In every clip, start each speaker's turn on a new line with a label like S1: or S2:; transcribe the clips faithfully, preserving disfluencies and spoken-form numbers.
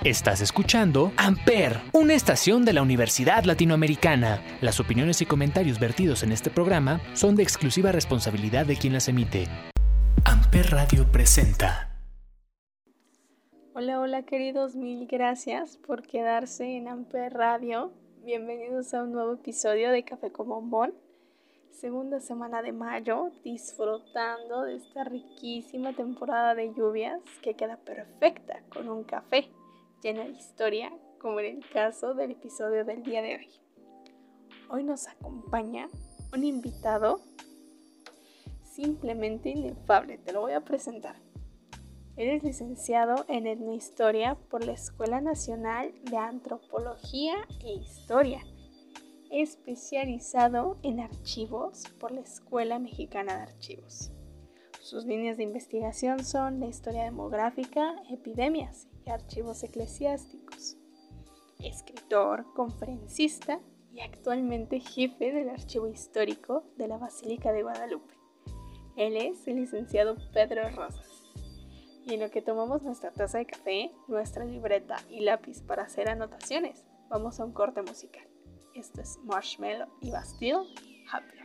S1: Estás escuchando Amper, una estación de la Universidad Latinoamericana. Las opiniones y comentarios vertidos en este programa son de exclusiva responsabilidad de quien las emite. Amper Radio presenta.
S2: Hola, hola queridos, mil gracias por quedarse en Amper Radio. Bienvenidos a un nuevo episodio de Café con Bombón. Segunda semana de mayo, disfrutando de esta riquísima temporada de lluvias que queda perfecta con un café lleno de historia, como en el caso del episodio del día de hoy. Hoy nos acompaña un invitado simplemente inefable, te lo voy a presentar. Él es licenciado en Etnohistoria por la Escuela Nacional de Antropología e Historia, especializado en archivos por la Escuela Mexicana de Archivos. Sus líneas de investigación son la historia demográfica, epidemias y archivos eclesiásticos. Escritor, conferencista y actualmente jefe del Archivo Histórico de la Basílica de Guadalupe. Él es el licenciado Pedro Rosas. Y en lo que tomamos nuestra taza de café, nuestra libreta y lápiz para hacer anotaciones, vamos a un corte musical. Esto es Marshmello y Bastille, Happier.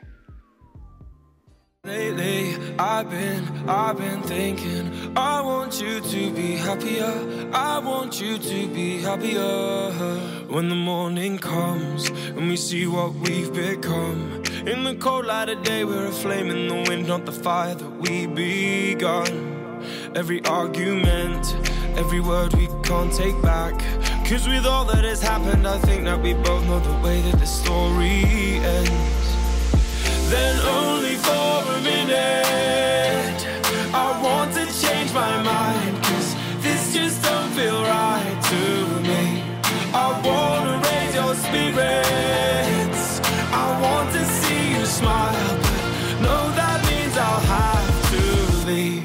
S3: Lately, I've been, I've been thinking, I want you to be happier, I want you to be happier. When the morning comes and we see what we've become, in the cold light of day we're a flame in the wind, not the fire that we begun. Every argument, every word we can't take back, 'cause with all that has happened I think that we both know the way that the story ends. Then only for a minute I want to change my mind, 'cause this just don't feel right to me. I wanna raise your spirits, I want to see you smile, but no, that means I'll have to leave.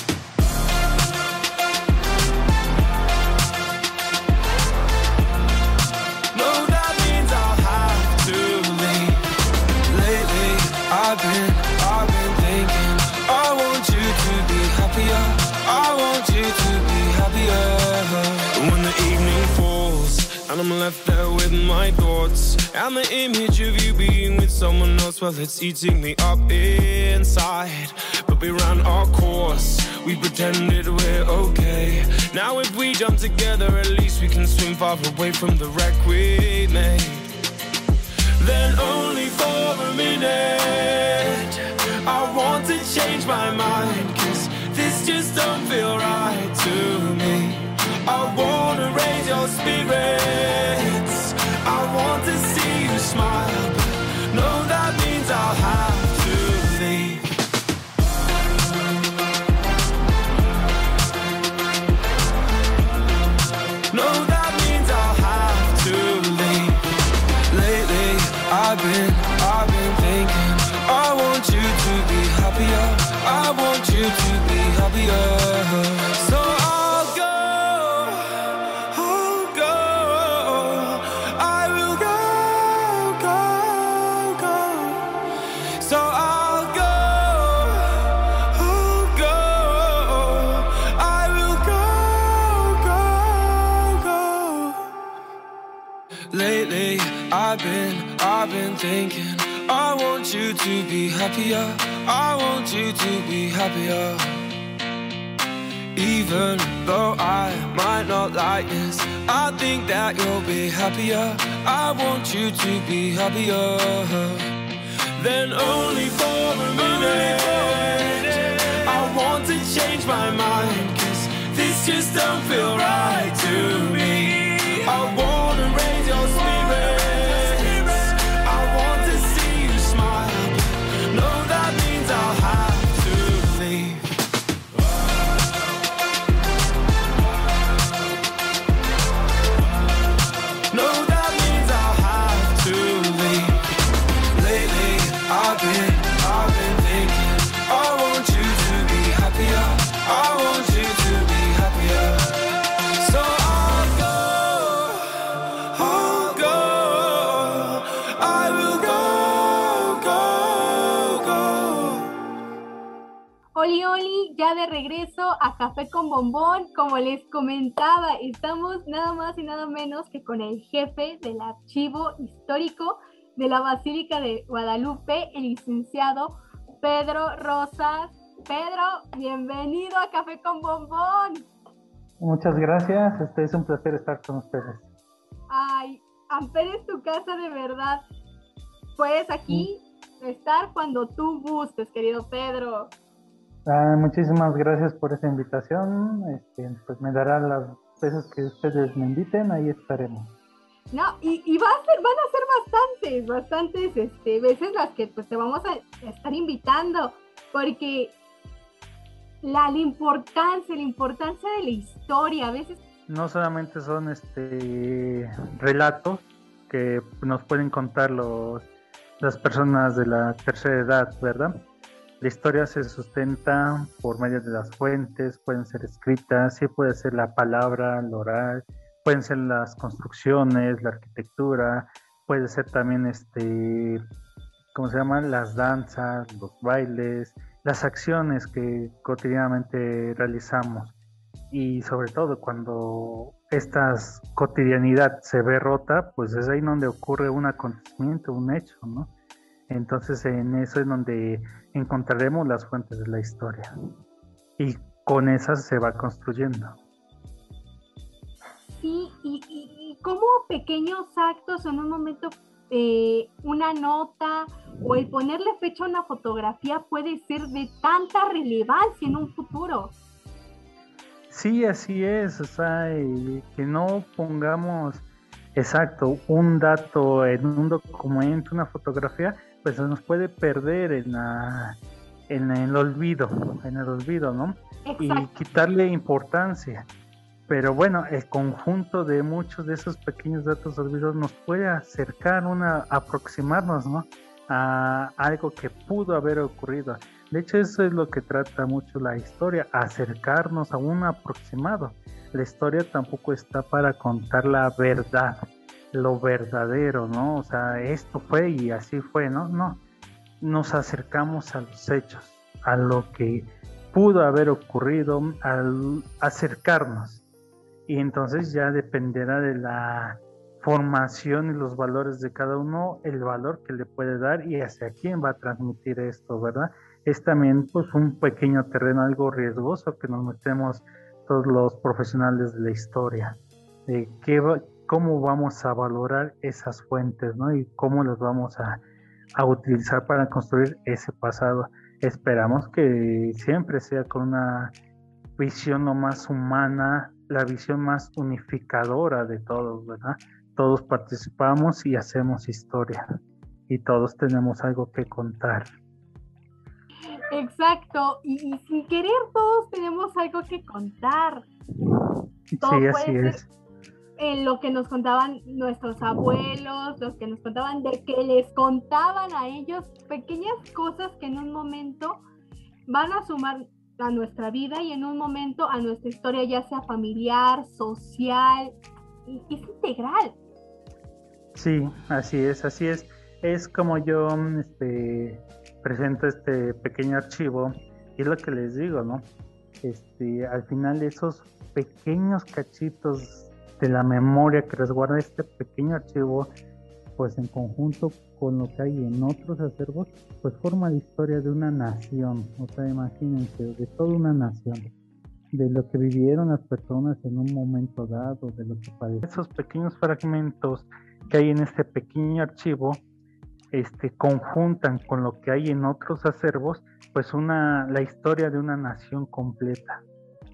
S3: I've been, I've been thinking, I want you to be happier, I want you to be happier. When the evening falls and I'm left there with my thoughts, and the image of you being with someone else, well, it's eating me up inside. But we ran our course, we pretended we're okay. Now if we jump together, at least we can swim far away from the wreck we made. Then only for a minute I want to change my mind, 'cause this just don't feel right to me. I wanna raise your spirits, I want to see you smile, but no, that means I'll have to leave. No, that means I'll have to leave. Lately I've been, I've been thinking, I want you to be happier, I want you to be happier. So I'll go, I'll go, I will go, go, go. So I'll go, I'll go, I will go, go, go. Lately I've been, I've been thinking, I want you to be happier, I want you to be happier. Even though I might not like this, I think that you'll be happier, I want you to be happier. Then only for a minute I want to change my mind, 'cause this just don't feel right to me. I wanna raise your spirits, I'll have to leave. No, that means I'll have to leave. Lately I've been, I've been thinking, I want you to be happier, I want you to be happier.
S2: regreso a Café con Bombón. Como les comentaba, estamos nada más y nada menos que con el jefe del archivo histórico de la Basílica de Guadalupe, el licenciado Pedro Rosas. Pedro, bienvenido a Café con Bombón.
S4: Muchas gracias, este es un placer estar con ustedes.
S2: Ay, Amper es tu casa de verdad. Puedes aquí sí. estar cuando tú gustes, querido Pedro.
S4: Ah, muchísimas gracias por esa invitación. Este, pues me dará las veces que ustedes me inviten, ahí estaremos.
S2: No, y, y va a ser, van a ser bastantes, bastantes este, veces las que pues te vamos a estar invitando, porque la, la importancia, la importancia de la historia, a veces...
S4: No solamente son este relatos que nos pueden contar los, las personas de la tercera edad, ¿verdad? La historia se sustenta por medio de las fuentes, pueden ser escritas, sí puede ser la palabra, el oral, pueden ser las construcciones, la arquitectura, puede ser también, este, ¿cómo se llaman? Las danzas, los bailes, las acciones que cotidianamente realizamos. Y sobre todo cuando esta cotidianidad se ve rota, pues es ahí donde ocurre un acontecimiento, un hecho, ¿no? Entonces en eso es donde encontraremos las fuentes de la historia y con esas se va construyendo.
S2: Sí, y, y, y como pequeños actos en un momento, eh, una nota o el ponerle fecha a una fotografía puede ser de tanta relevancia en un futuro.
S4: Sí, así es, o sea, eh, que no pongamos exacto un dato en un documento, una fotografía, pues se nos puede perder en, la, en el olvido, en el olvido, ¿no? Exacto. Y quitarle importancia. Pero bueno, el conjunto de muchos de esos pequeños datos olvidados nos puede acercar, una, aproximarnos, ¿no? A algo que pudo haber ocurrido. De hecho, eso es lo que trata mucho la historia, acercarnos a un aproximado. La historia tampoco está para contar la verdad, lo verdadero, ¿no? O sea, esto fue y así fue, ¿no? No, nos acercamos a los hechos, a lo que pudo haber ocurrido, al acercarnos. Y entonces ya dependerá de la formación y los valores de cada uno, el valor que le puede dar y hacia quién va a transmitir esto, ¿verdad? Es también pues un pequeño terreno algo riesgoso que nos metemos todos los profesionales de la historia, de qué va, cómo vamos a valorar esas fuentes, ¿no? Y cómo las vamos a, a utilizar para construir ese pasado. Esperamos que siempre sea con una visión lo más humana, la visión más unificadora de todos, ¿verdad? Todos participamos y hacemos historia y todos tenemos algo que contar.
S2: Exacto, y, y sin querer todos tenemos algo que contar. Todo
S4: sí,
S2: puede
S4: así
S2: ser
S4: es.
S2: En lo que nos contaban nuestros abuelos, los que nos contaban de que les contaban a ellos pequeñas cosas que en un momento van a sumar a nuestra vida y en un momento a nuestra historia, ya sea familiar, social, y es integral.
S4: Sí, así es, así es. Es como yo este, presento este pequeño archivo y es lo que les digo, ¿no? Este, al final esos pequeños cachitos de la memoria que resguarda este pequeño archivo, pues en conjunto con lo que hay en otros acervos, pues forma la historia de una nación. O sea, imagínense, de toda una nación, de lo que vivieron las personas en un momento dado, de lo que padecieron. Esos pequeños fragmentos que hay en este pequeño archivo, este, conjuntan con lo que hay en otros acervos, pues una, la historia de una nación completa.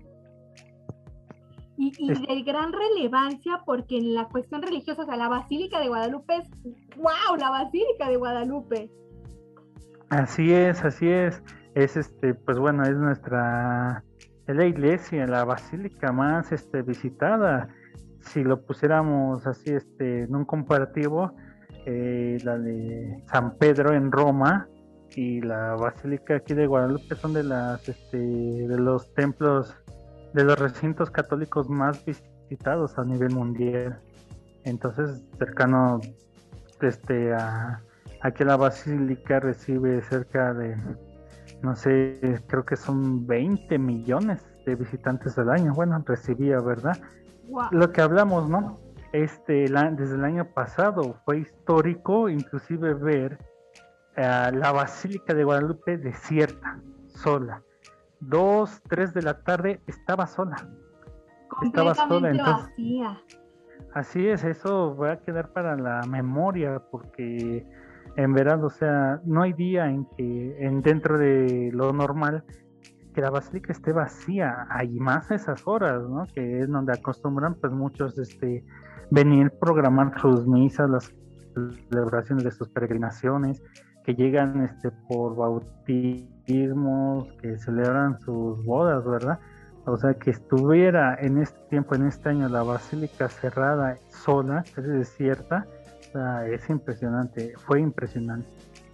S2: Y, y es... de gran relevancia porque en la cuestión religiosa, o sea, la Basílica de Guadalupe es, ¡wow! La Basílica de Guadalupe.
S4: Así es, así es. Es este, pues bueno, es nuestra, es la iglesia, la basílica más este, visitada. Si lo pusiéramos así, este, en un comparativo, eh, la de San Pedro en Roma y la basílica aquí de Guadalupe son de las, este, de los templos, de los recintos católicos más visitados a nivel mundial. Entonces, cercano este, a aquí la basílica recibe cerca de no sé, creo que son veinte millones de visitantes al año. Bueno, recibía, ¿verdad?
S2: Wow.
S4: Lo que hablamos, ¿no? Este, la, desde el año pasado fue histórico, inclusive ver uh, la Basílica de Guadalupe desierta, sola. Dos, tres de la tarde estaba sola. Estaba sola, entonces.
S2: Vacía.
S4: Así es, eso va a quedar para la memoria, porque en verdad, o sea, no hay día en que en dentro de lo normal que la basílica esté vacía, hay más a esas horas, ¿no? Que es donde acostumbran pues muchos este venir programar sus misas, las celebraciones de sus peregrinaciones, que llegan este por bautismos, que celebran sus bodas, ¿verdad? O sea, que estuviera en este tiempo, en este año, la basílica cerrada, sola, es desierta, o sea, es impresionante, fue impresionante.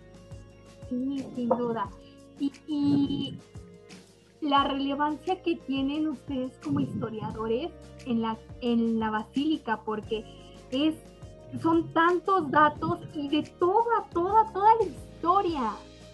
S2: Sí, sin duda. Y, y la relevancia que tienen ustedes como historiadores en la, en la basílica, porque es, son tantos datos y de toda, toda, toda la historia.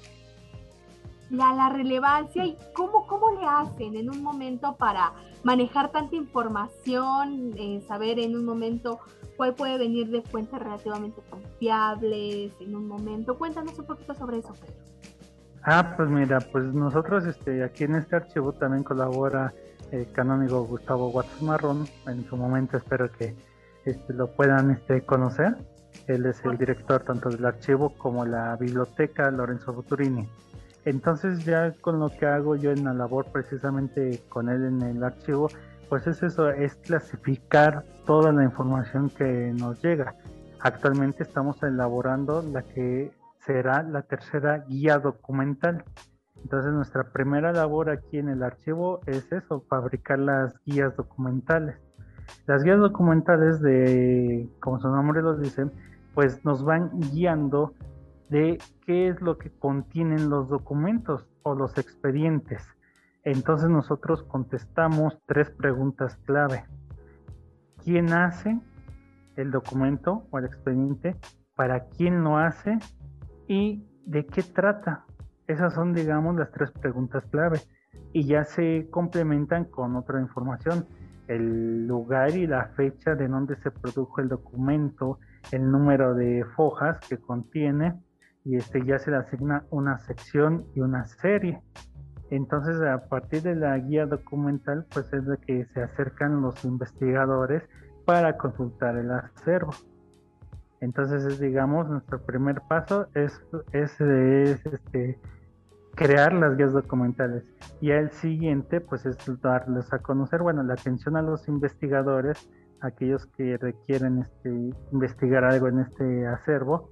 S2: La, la relevancia y cómo, cómo le hacen en un momento para manejar tanta información, eh, saber en un momento cuál puede venir de fuentes relativamente confiables, en un momento. Cuéntanos un poquito sobre eso, Pedro.
S4: Ah, pues mira, pues nosotros este, aquí en este archivo también colabora el canónigo Gustavo Guatzos Marrón. En su momento espero que este, lo puedan este, conocer. Él es el director tanto del archivo como la biblioteca Lorenzo Futurini. Entonces ya con lo que hago yo en la labor precisamente con él en el archivo, pues es eso, es clasificar toda la información que nos llega. Actualmente estamos elaborando la que será la tercera guía documental. Entonces nuestra primera labor aquí en el archivo es eso, fabricar las guías documentales. Las guías documentales de, como su nombre lo dice, pues nos van guiando de qué es lo que contienen los documentos o los expedientes. Entonces nosotros contestamos tres preguntas clave. ¿Quién hace el documento o el expediente? ¿Para quién lo hace? ¿Y de qué trata? Esas son, digamos, las tres preguntas clave. Y ya se complementan con otra información. El lugar y la fecha de donde se produjo el documento, el número de fojas que contiene, y este ya se le asigna una sección y una serie. Entonces a partir de la guía documental pues es de que se acercan los investigadores para consultar el acervo. Entonces es, digamos, nuestro primer paso es, es, es este, crear las guías documentales, y el siguiente pues es darles a conocer, bueno, la atención a los investigadores, aquellos que requieren este, investigar algo en este acervo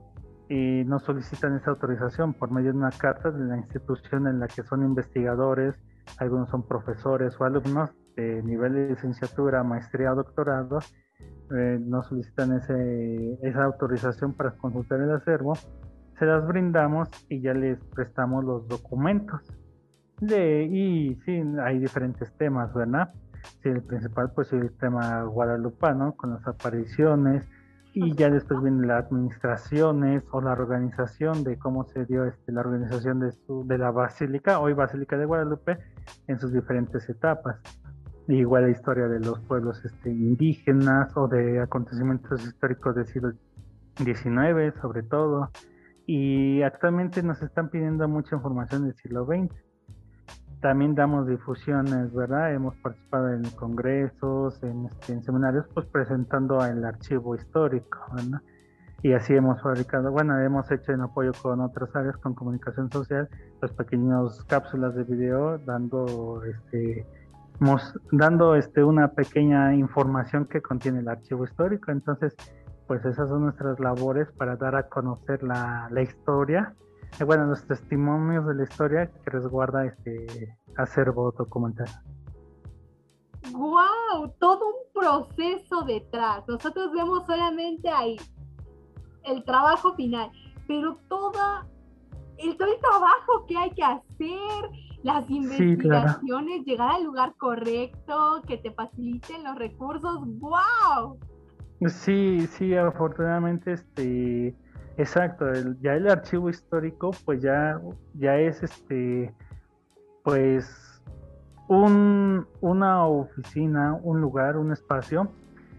S4: y nos solicitan esa autorización por medio de una carta de la institución en la que son investigadores. Algunos son profesores o alumnos de nivel de licenciatura, maestría o doctorado. Eh, nos solicitan ese, esa autorización para consultar el acervo, se las brindamos y ya les prestamos los documentos. De, y sí, hay diferentes temas, ¿verdad? Sí, el principal pues es el tema guadalupano con las apariciones, y ya después vienen las administraciones o la organización de cómo se dio este, la organización de, su, de la Basílica, hoy Basílica de Guadalupe, en sus diferentes etapas. Igual la historia de los pueblos este, indígenas o de acontecimientos históricos del siglo diecinueve sobre todo, y actualmente nos están pidiendo mucha información del siglo veinte. También damos difusiones, ¿verdad? Hemos participado en congresos, en, este, en seminarios, pues presentando el archivo histórico, ¿verdad? Y así hemos fabricado, bueno, hemos hecho en apoyo con otras áreas, con comunicación social, pues pequeños cápsulas de video dando este Mos, dando este una pequeña información que contiene el archivo histórico. Entonces pues esas son nuestras labores para dar a conocer la, la historia, eh, bueno, los testimonios de la historia que resguarda este acervo documental.
S2: ¡Wow! Todo un proceso detrás. Nosotros vemos solamente ahí el trabajo final, pero toda el, todo el trabajo que hay que hacer, las investigaciones, sí, claro, llegar al lugar correcto, que te faciliten los recursos. ¡Wow!
S4: Sí, sí, afortunadamente este Exacto, el, ya el archivo histórico pues ya, ya es este, pues un, una oficina, un lugar, un espacio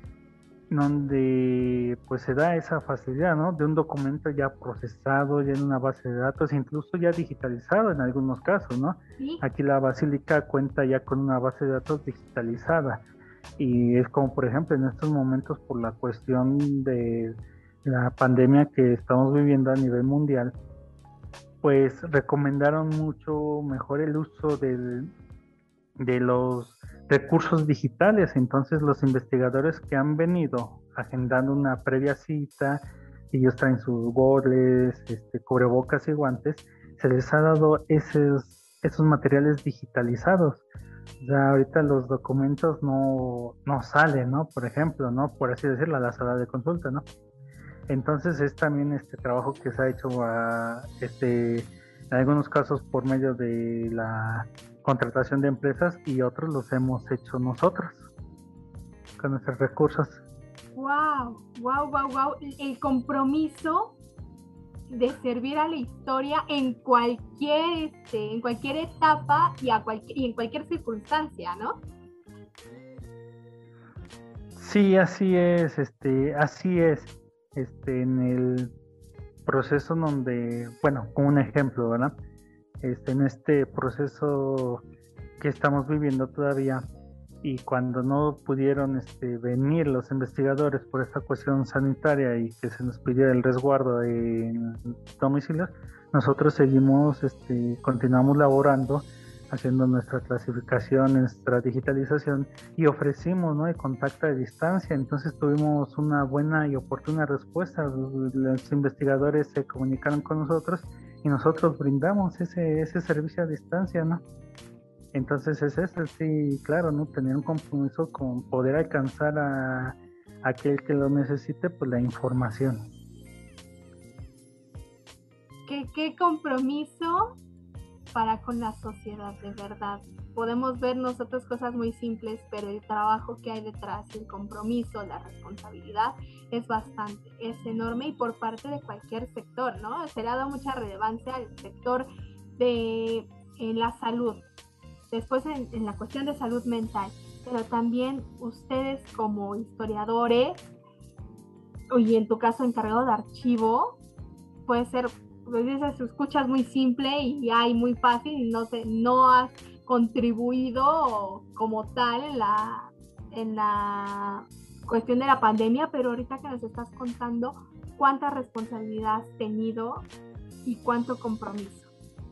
S4: donde pues se da esa facilidad, ¿no? De un documento ya procesado, ya en una base de datos, incluso ya digitalizado en algunos casos, ¿no?
S2: Sí.
S4: Aquí la Basílica cuenta ya con una base de datos digitalizada y es como por ejemplo en estos momentos por la cuestión de la pandemia que estamos viviendo a nivel mundial, pues recomendaron mucho mejor el uso del, de los recursos digitales. Entonces los investigadores que han venido agendando una previa cita, ellos traen sus goles, este, cubrebocas y guantes, se les ha dado esos, esos materiales digitalizados. Ya ahorita los documentos no, no salen, ¿no? Por ejemplo, ¿no? Por así decirlo, a la sala de consulta, ¿no? Entonces es también este trabajo que se ha hecho a, este, en algunos casos por medio de la contratación de empresas y otros los hemos hecho nosotros con nuestros recursos.
S2: Wow, wow, wow, wow. El compromiso de servir a la historia en cualquier, este, en cualquier etapa y, a cualquier, y en cualquier circunstancia, ¿no?
S4: Sí, así es, este, así es, este, en el proceso donde, bueno, como un ejemplo, ¿verdad? Este, en este proceso que estamos viviendo todavía y cuando no pudieron este, venir los investigadores por esta cuestión sanitaria y que se nos pidió el resguardo en domicilios, nosotros seguimos, este, continuamos laborando, haciendo nuestra clasificación, nuestra digitalización y ofrecimos, ¿no?, el contacto a distancia. Entonces tuvimos una buena y oportuna respuesta. Los investigadores se comunicaron con nosotros y nosotros brindamos ese, ese servicio a distancia, ¿no? Entonces es eso, sí, claro, ¿no? Tener un compromiso con poder alcanzar a, a aquel que lo necesite, pues la información.
S2: ¿Qué, qué compromiso para con la sociedad, de verdad? Podemos ver nosotros cosas muy simples, pero el trabajo que hay detrás, el compromiso, la responsabilidad es bastante, es enorme y por parte de cualquier sector, ¿no? Se le ha dado mucha relevancia al sector de en la salud, después en, en la cuestión de salud mental, pero también ustedes como historiadores y en tu caso encargado de archivo, puede ser, pues dices, escuchas muy simple y hay muy fácil y no, te, no has contribuido como tal en la, en la cuestión de la pandemia, pero ahorita que nos estás contando cuánta responsabilidad has tenido y cuánto compromiso.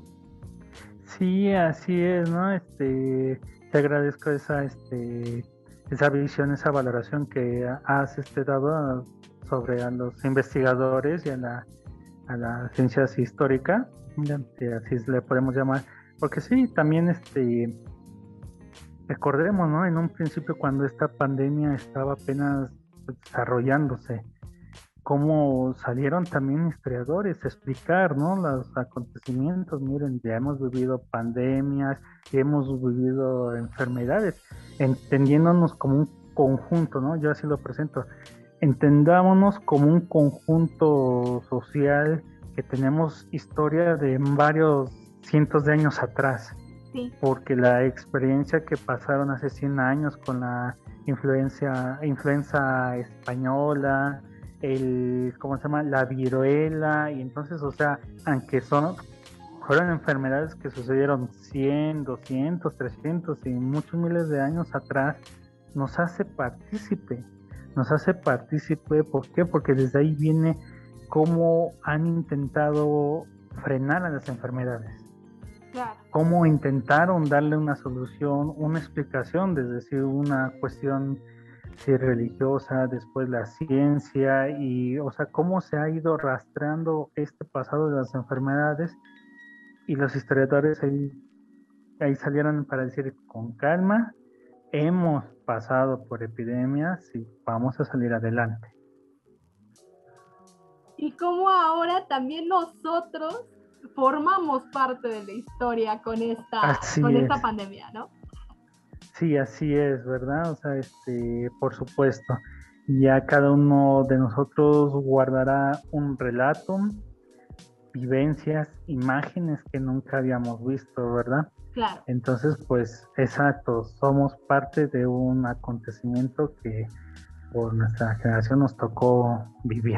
S4: Sí, así es, ¿no? Este, te agradezco esa, este, esa visión, esa valoración que has este, dado sobre a los investigadores y a la, a la ciencia histórica, así le podemos llamar, porque sí, también este, recordemos, ¿no? En un principio cuando esta pandemia estaba apenas desarrollándose, cómo salieron también historiadores a explicar, ¿no?, los acontecimientos. Miren, ya hemos vivido pandemias, ya hemos vivido enfermedades, entendiéndonos como un conjunto, ¿no? Yo así lo presento. Entendámonos como un conjunto social que tenemos historia de varios cientos de años atrás.
S2: Sí.
S4: Porque la experiencia que pasaron hace cien años con la influencia, influenza española, el, ¿cómo se llama?, la viruela, y entonces, o sea, aunque son, fueron enfermedades que sucedieron cien, doscientos, trescientos y muchos miles de años atrás, nos hace partícipe, nos hace partícipe, ¿por qué? Porque desde ahí viene cómo han intentado frenar a las enfermedades.
S2: Claro.
S4: Cómo intentaron darle una solución, una explicación, desde decir una cuestión sí, religiosa, después la ciencia y, o sea, cómo se ha ido rastreando este pasado de las enfermedades y los historiadores ahí, ahí salieron para decir con calma, hemos pasado por epidemias y vamos a salir adelante.
S2: Y cómo ahora también nosotros formamos parte de la historia con esta, con esta pandemia, ¿no?
S4: Sí, así es, ¿verdad? O sea, este, por supuesto. Ya cada uno de nosotros guardará un relato, vivencias, imágenes que nunca habíamos visto, ¿verdad?
S5: Claro.
S4: Entonces, pues, exacto, somos parte de un acontecimiento que por nuestra generación nos tocó vivir.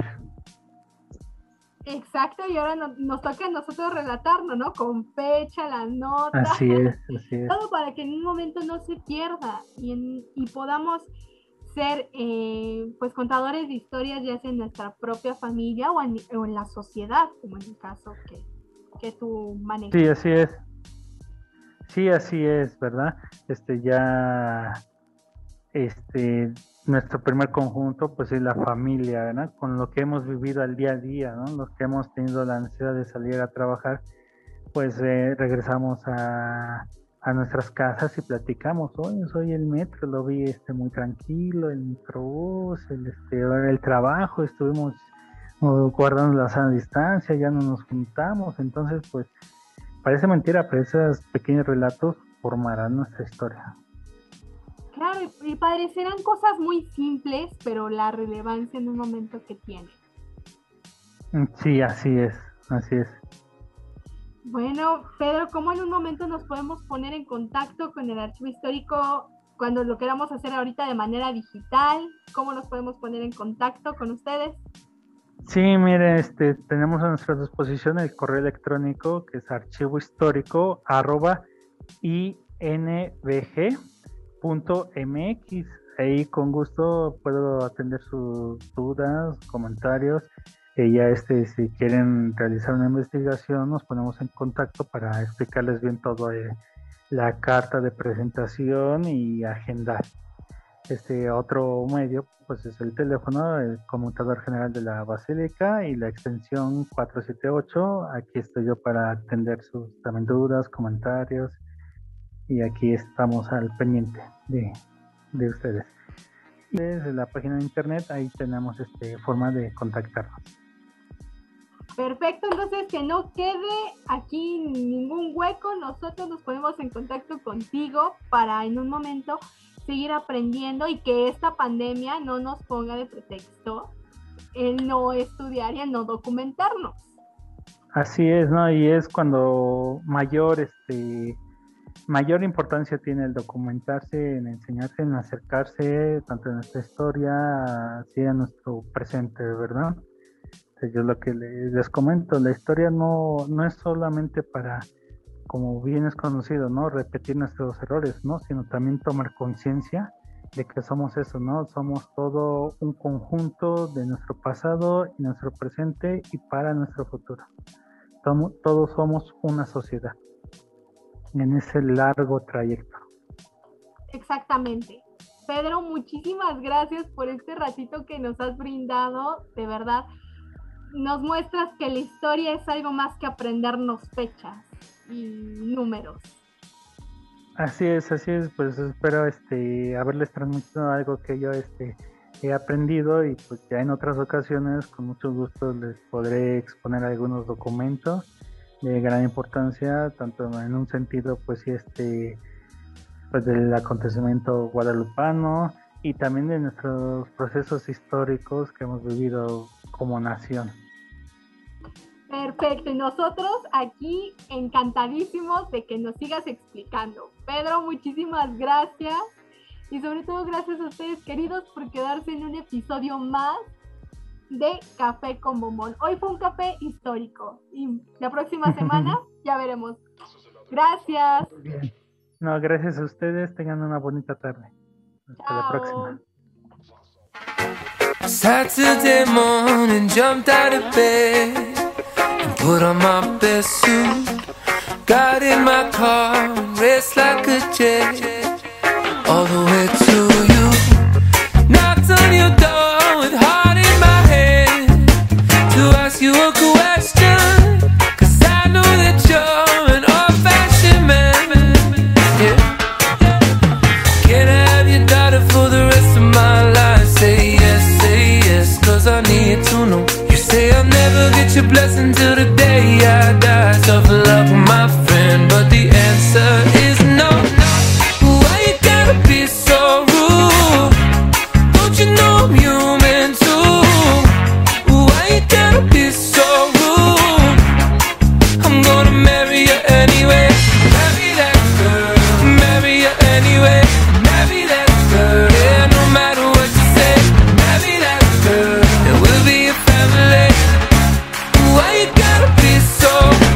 S5: Exacto, y ahora no, nos toca a nosotros relatarlo, ¿no? Con fecha, la nota.
S4: Así es, así es.
S5: Todo para que en un momento no se pierda y, en, y podamos ser, eh, pues, contadores de historias, ya sea en nuestra propia familia o en, o en la sociedad, como en el caso que, que tú manejas.
S4: Sí, así es. Sí, así es, ¿verdad? Este, ya, este, nuestro primer conjunto, pues es la familia, ¿verdad? Con lo que hemos vivido al día a día, ¿no? Los que hemos tenido la necesidad de salir a trabajar, pues eh, regresamos a, a nuestras casas y platicamos. Oye, soy el metro, lo vi este muy tranquilo, el microbús, el, este, el trabajo, estuvimos uh, guardando la sana distancia, ya no nos juntamos, entonces, pues, parece mentira, pero esos pequeños relatos formarán nuestra historia.
S5: Claro, y parecerán cosas muy simples, pero la relevancia en un momento que tiene.
S4: Sí, así es, así es.
S5: Bueno, Pedro, ¿cómo en un momento nos podemos poner en contacto con el archivo histórico cuando lo queramos hacer ahorita de manera digital? ¿Cómo nos podemos poner en contacto con ustedes?
S4: Sí, mire, este, tenemos a nuestra disposición el correo electrónico que es archivohistórico arroba inbg punto mx. Ahí con gusto puedo atender sus dudas, comentarios. Eh, ya este, si quieren realizar una investigación, nos ponemos en contacto para explicarles bien todo, eh, la carta de presentación y agendar. Este otro medio, pues es el teléfono, el conmutador general de la Basílica y la extensión cuatrocientos setenta y ocho. Aquí estoy yo para atender sus también dudas, comentarios, y aquí estamos al pendiente de, de ustedes. Y desde la página de internet, ahí tenemos este forma de contactarnos.
S5: Perfecto, entonces que no quede aquí ningún hueco, nosotros nos ponemos en contacto contigo para en un momento seguir aprendiendo y que esta pandemia no nos ponga de pretexto el no estudiar y el no documentarnos.
S4: Así es, ¿no? Y es cuando mayor, este, mayor importancia tiene el documentarse, en enseñarse, en acercarse tanto a nuestra historia, así a nuestro presente, ¿verdad? Yo lo que les, les comento, la historia no, no es solamente para, como bien es conocido, ¿no? Repetir nuestros errores, ¿no? Sino también tomar conciencia de que somos eso, ¿no? Somos todo un conjunto de nuestro pasado y nuestro presente y para nuestro futuro. Tomo, todos somos una sociedad en ese largo trayecto.
S5: Exactamente. Pedro, muchísimas gracias por este ratito que nos has brindado, de verdad. Nos muestras que la historia es algo más que aprendernos fechas y números.
S4: Así es, así es, pues espero este haberles transmitido algo que yo este he aprendido y pues ya en otras ocasiones con mucho gusto les podré exponer algunos documentos de gran importancia, tanto en un sentido pues sí este pues del acontecimiento guadalupano y también de nuestros procesos históricos que hemos vivido como nación.
S5: Perfecto, y nosotros aquí encantadísimos de que nos sigas explicando. Pedro, muchísimas gracias y sobre todo gracias a ustedes, queridos, por quedarse en un episodio más de Café con Bombón. Hoy fue un café histórico y la próxima semana ya veremos. Gracias.
S4: Bien. No, gracias a ustedes, tengan una bonita tarde. Hasta
S5: Chao.
S4: La próxima.
S3: Saturday morning, jumped out of bed and put on my best suit. Got in my car and raced like a jet all the way to you. Knocked on your door with heart in my head to ask you a question, 'cause I know that you're an old-fashioned man. Yeah. Can I have your daughter for the rest of my life? Say yes, say yes, 'cause I need to know. You say I'll never get your blessing till the day I die. Tough luck, my friend, but the answer is no. Why you gotta be so rude? know I'm human too. Why you gotta be so rude? I'm gonna marry you anyway. Marry that girl. Marry you anyway. Marry that girl. Yeah, no matter what you say. Marry that girl. And we'll be a family. Why you gotta be so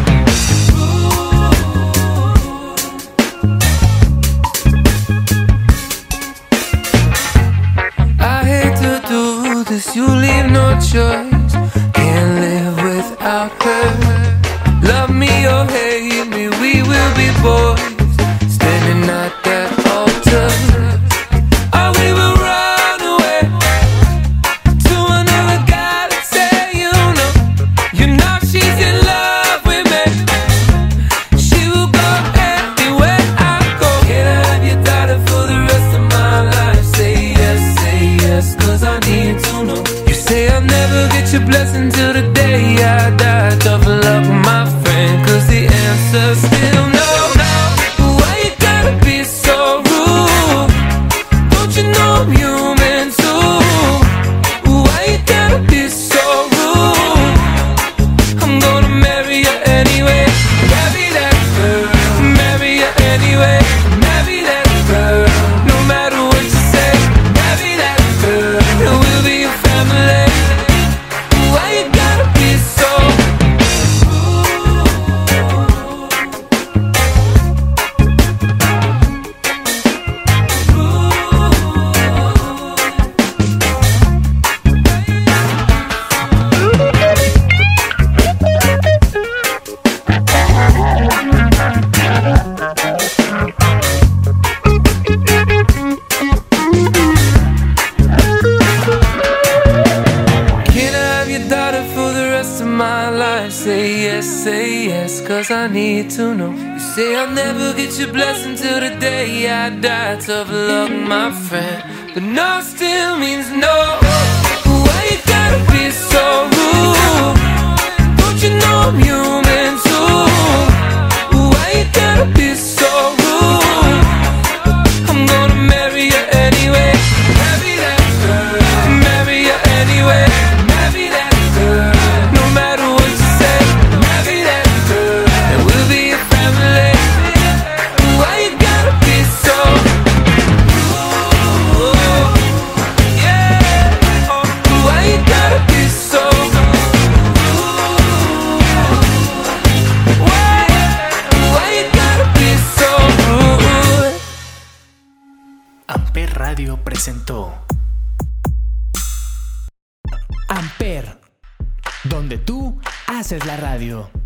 S3: rude? I hate to do this, you leave no choice. Can't live without her. Love me or hate me, we will be boys. Standing at that altar. Or we will run away to another guy that say you know. You know she's in love with me. She will go anywhere I go. Can I have your daughter for the rest of my life? Say yes, say yes, cause I need to know. You say I'll never get your blessing till the day I die. Tough luck, my friend, cause the answer's still no. Why you gotta be so rude? Don't you know I'm human too? Why you gotta be so rude? I'm gonna marry you anyway. Marry that girl. Marry you anyway. Marry that girl. No matter what you say. Marry that girl. And we'll be a family. Why you gotta be so cause I need to know. You say I'll never get your blessing till the day I die. Tough luck, my friend, but no still means no. Why you gotta be so rude? Don't you know I'm human too? Why you gotta be so rude? I'm gonna marry you anyway. Marry that girl. Marry you anyway. Marry that girl. No matter what you say. Marry that girl. And we'll be a family. Why you gotta be so rude? Yeah. Why you gotta be so rude? Why? Why you gotta be so rude?
S1: Amper Radio presentó Amper, donde tú haces la radio.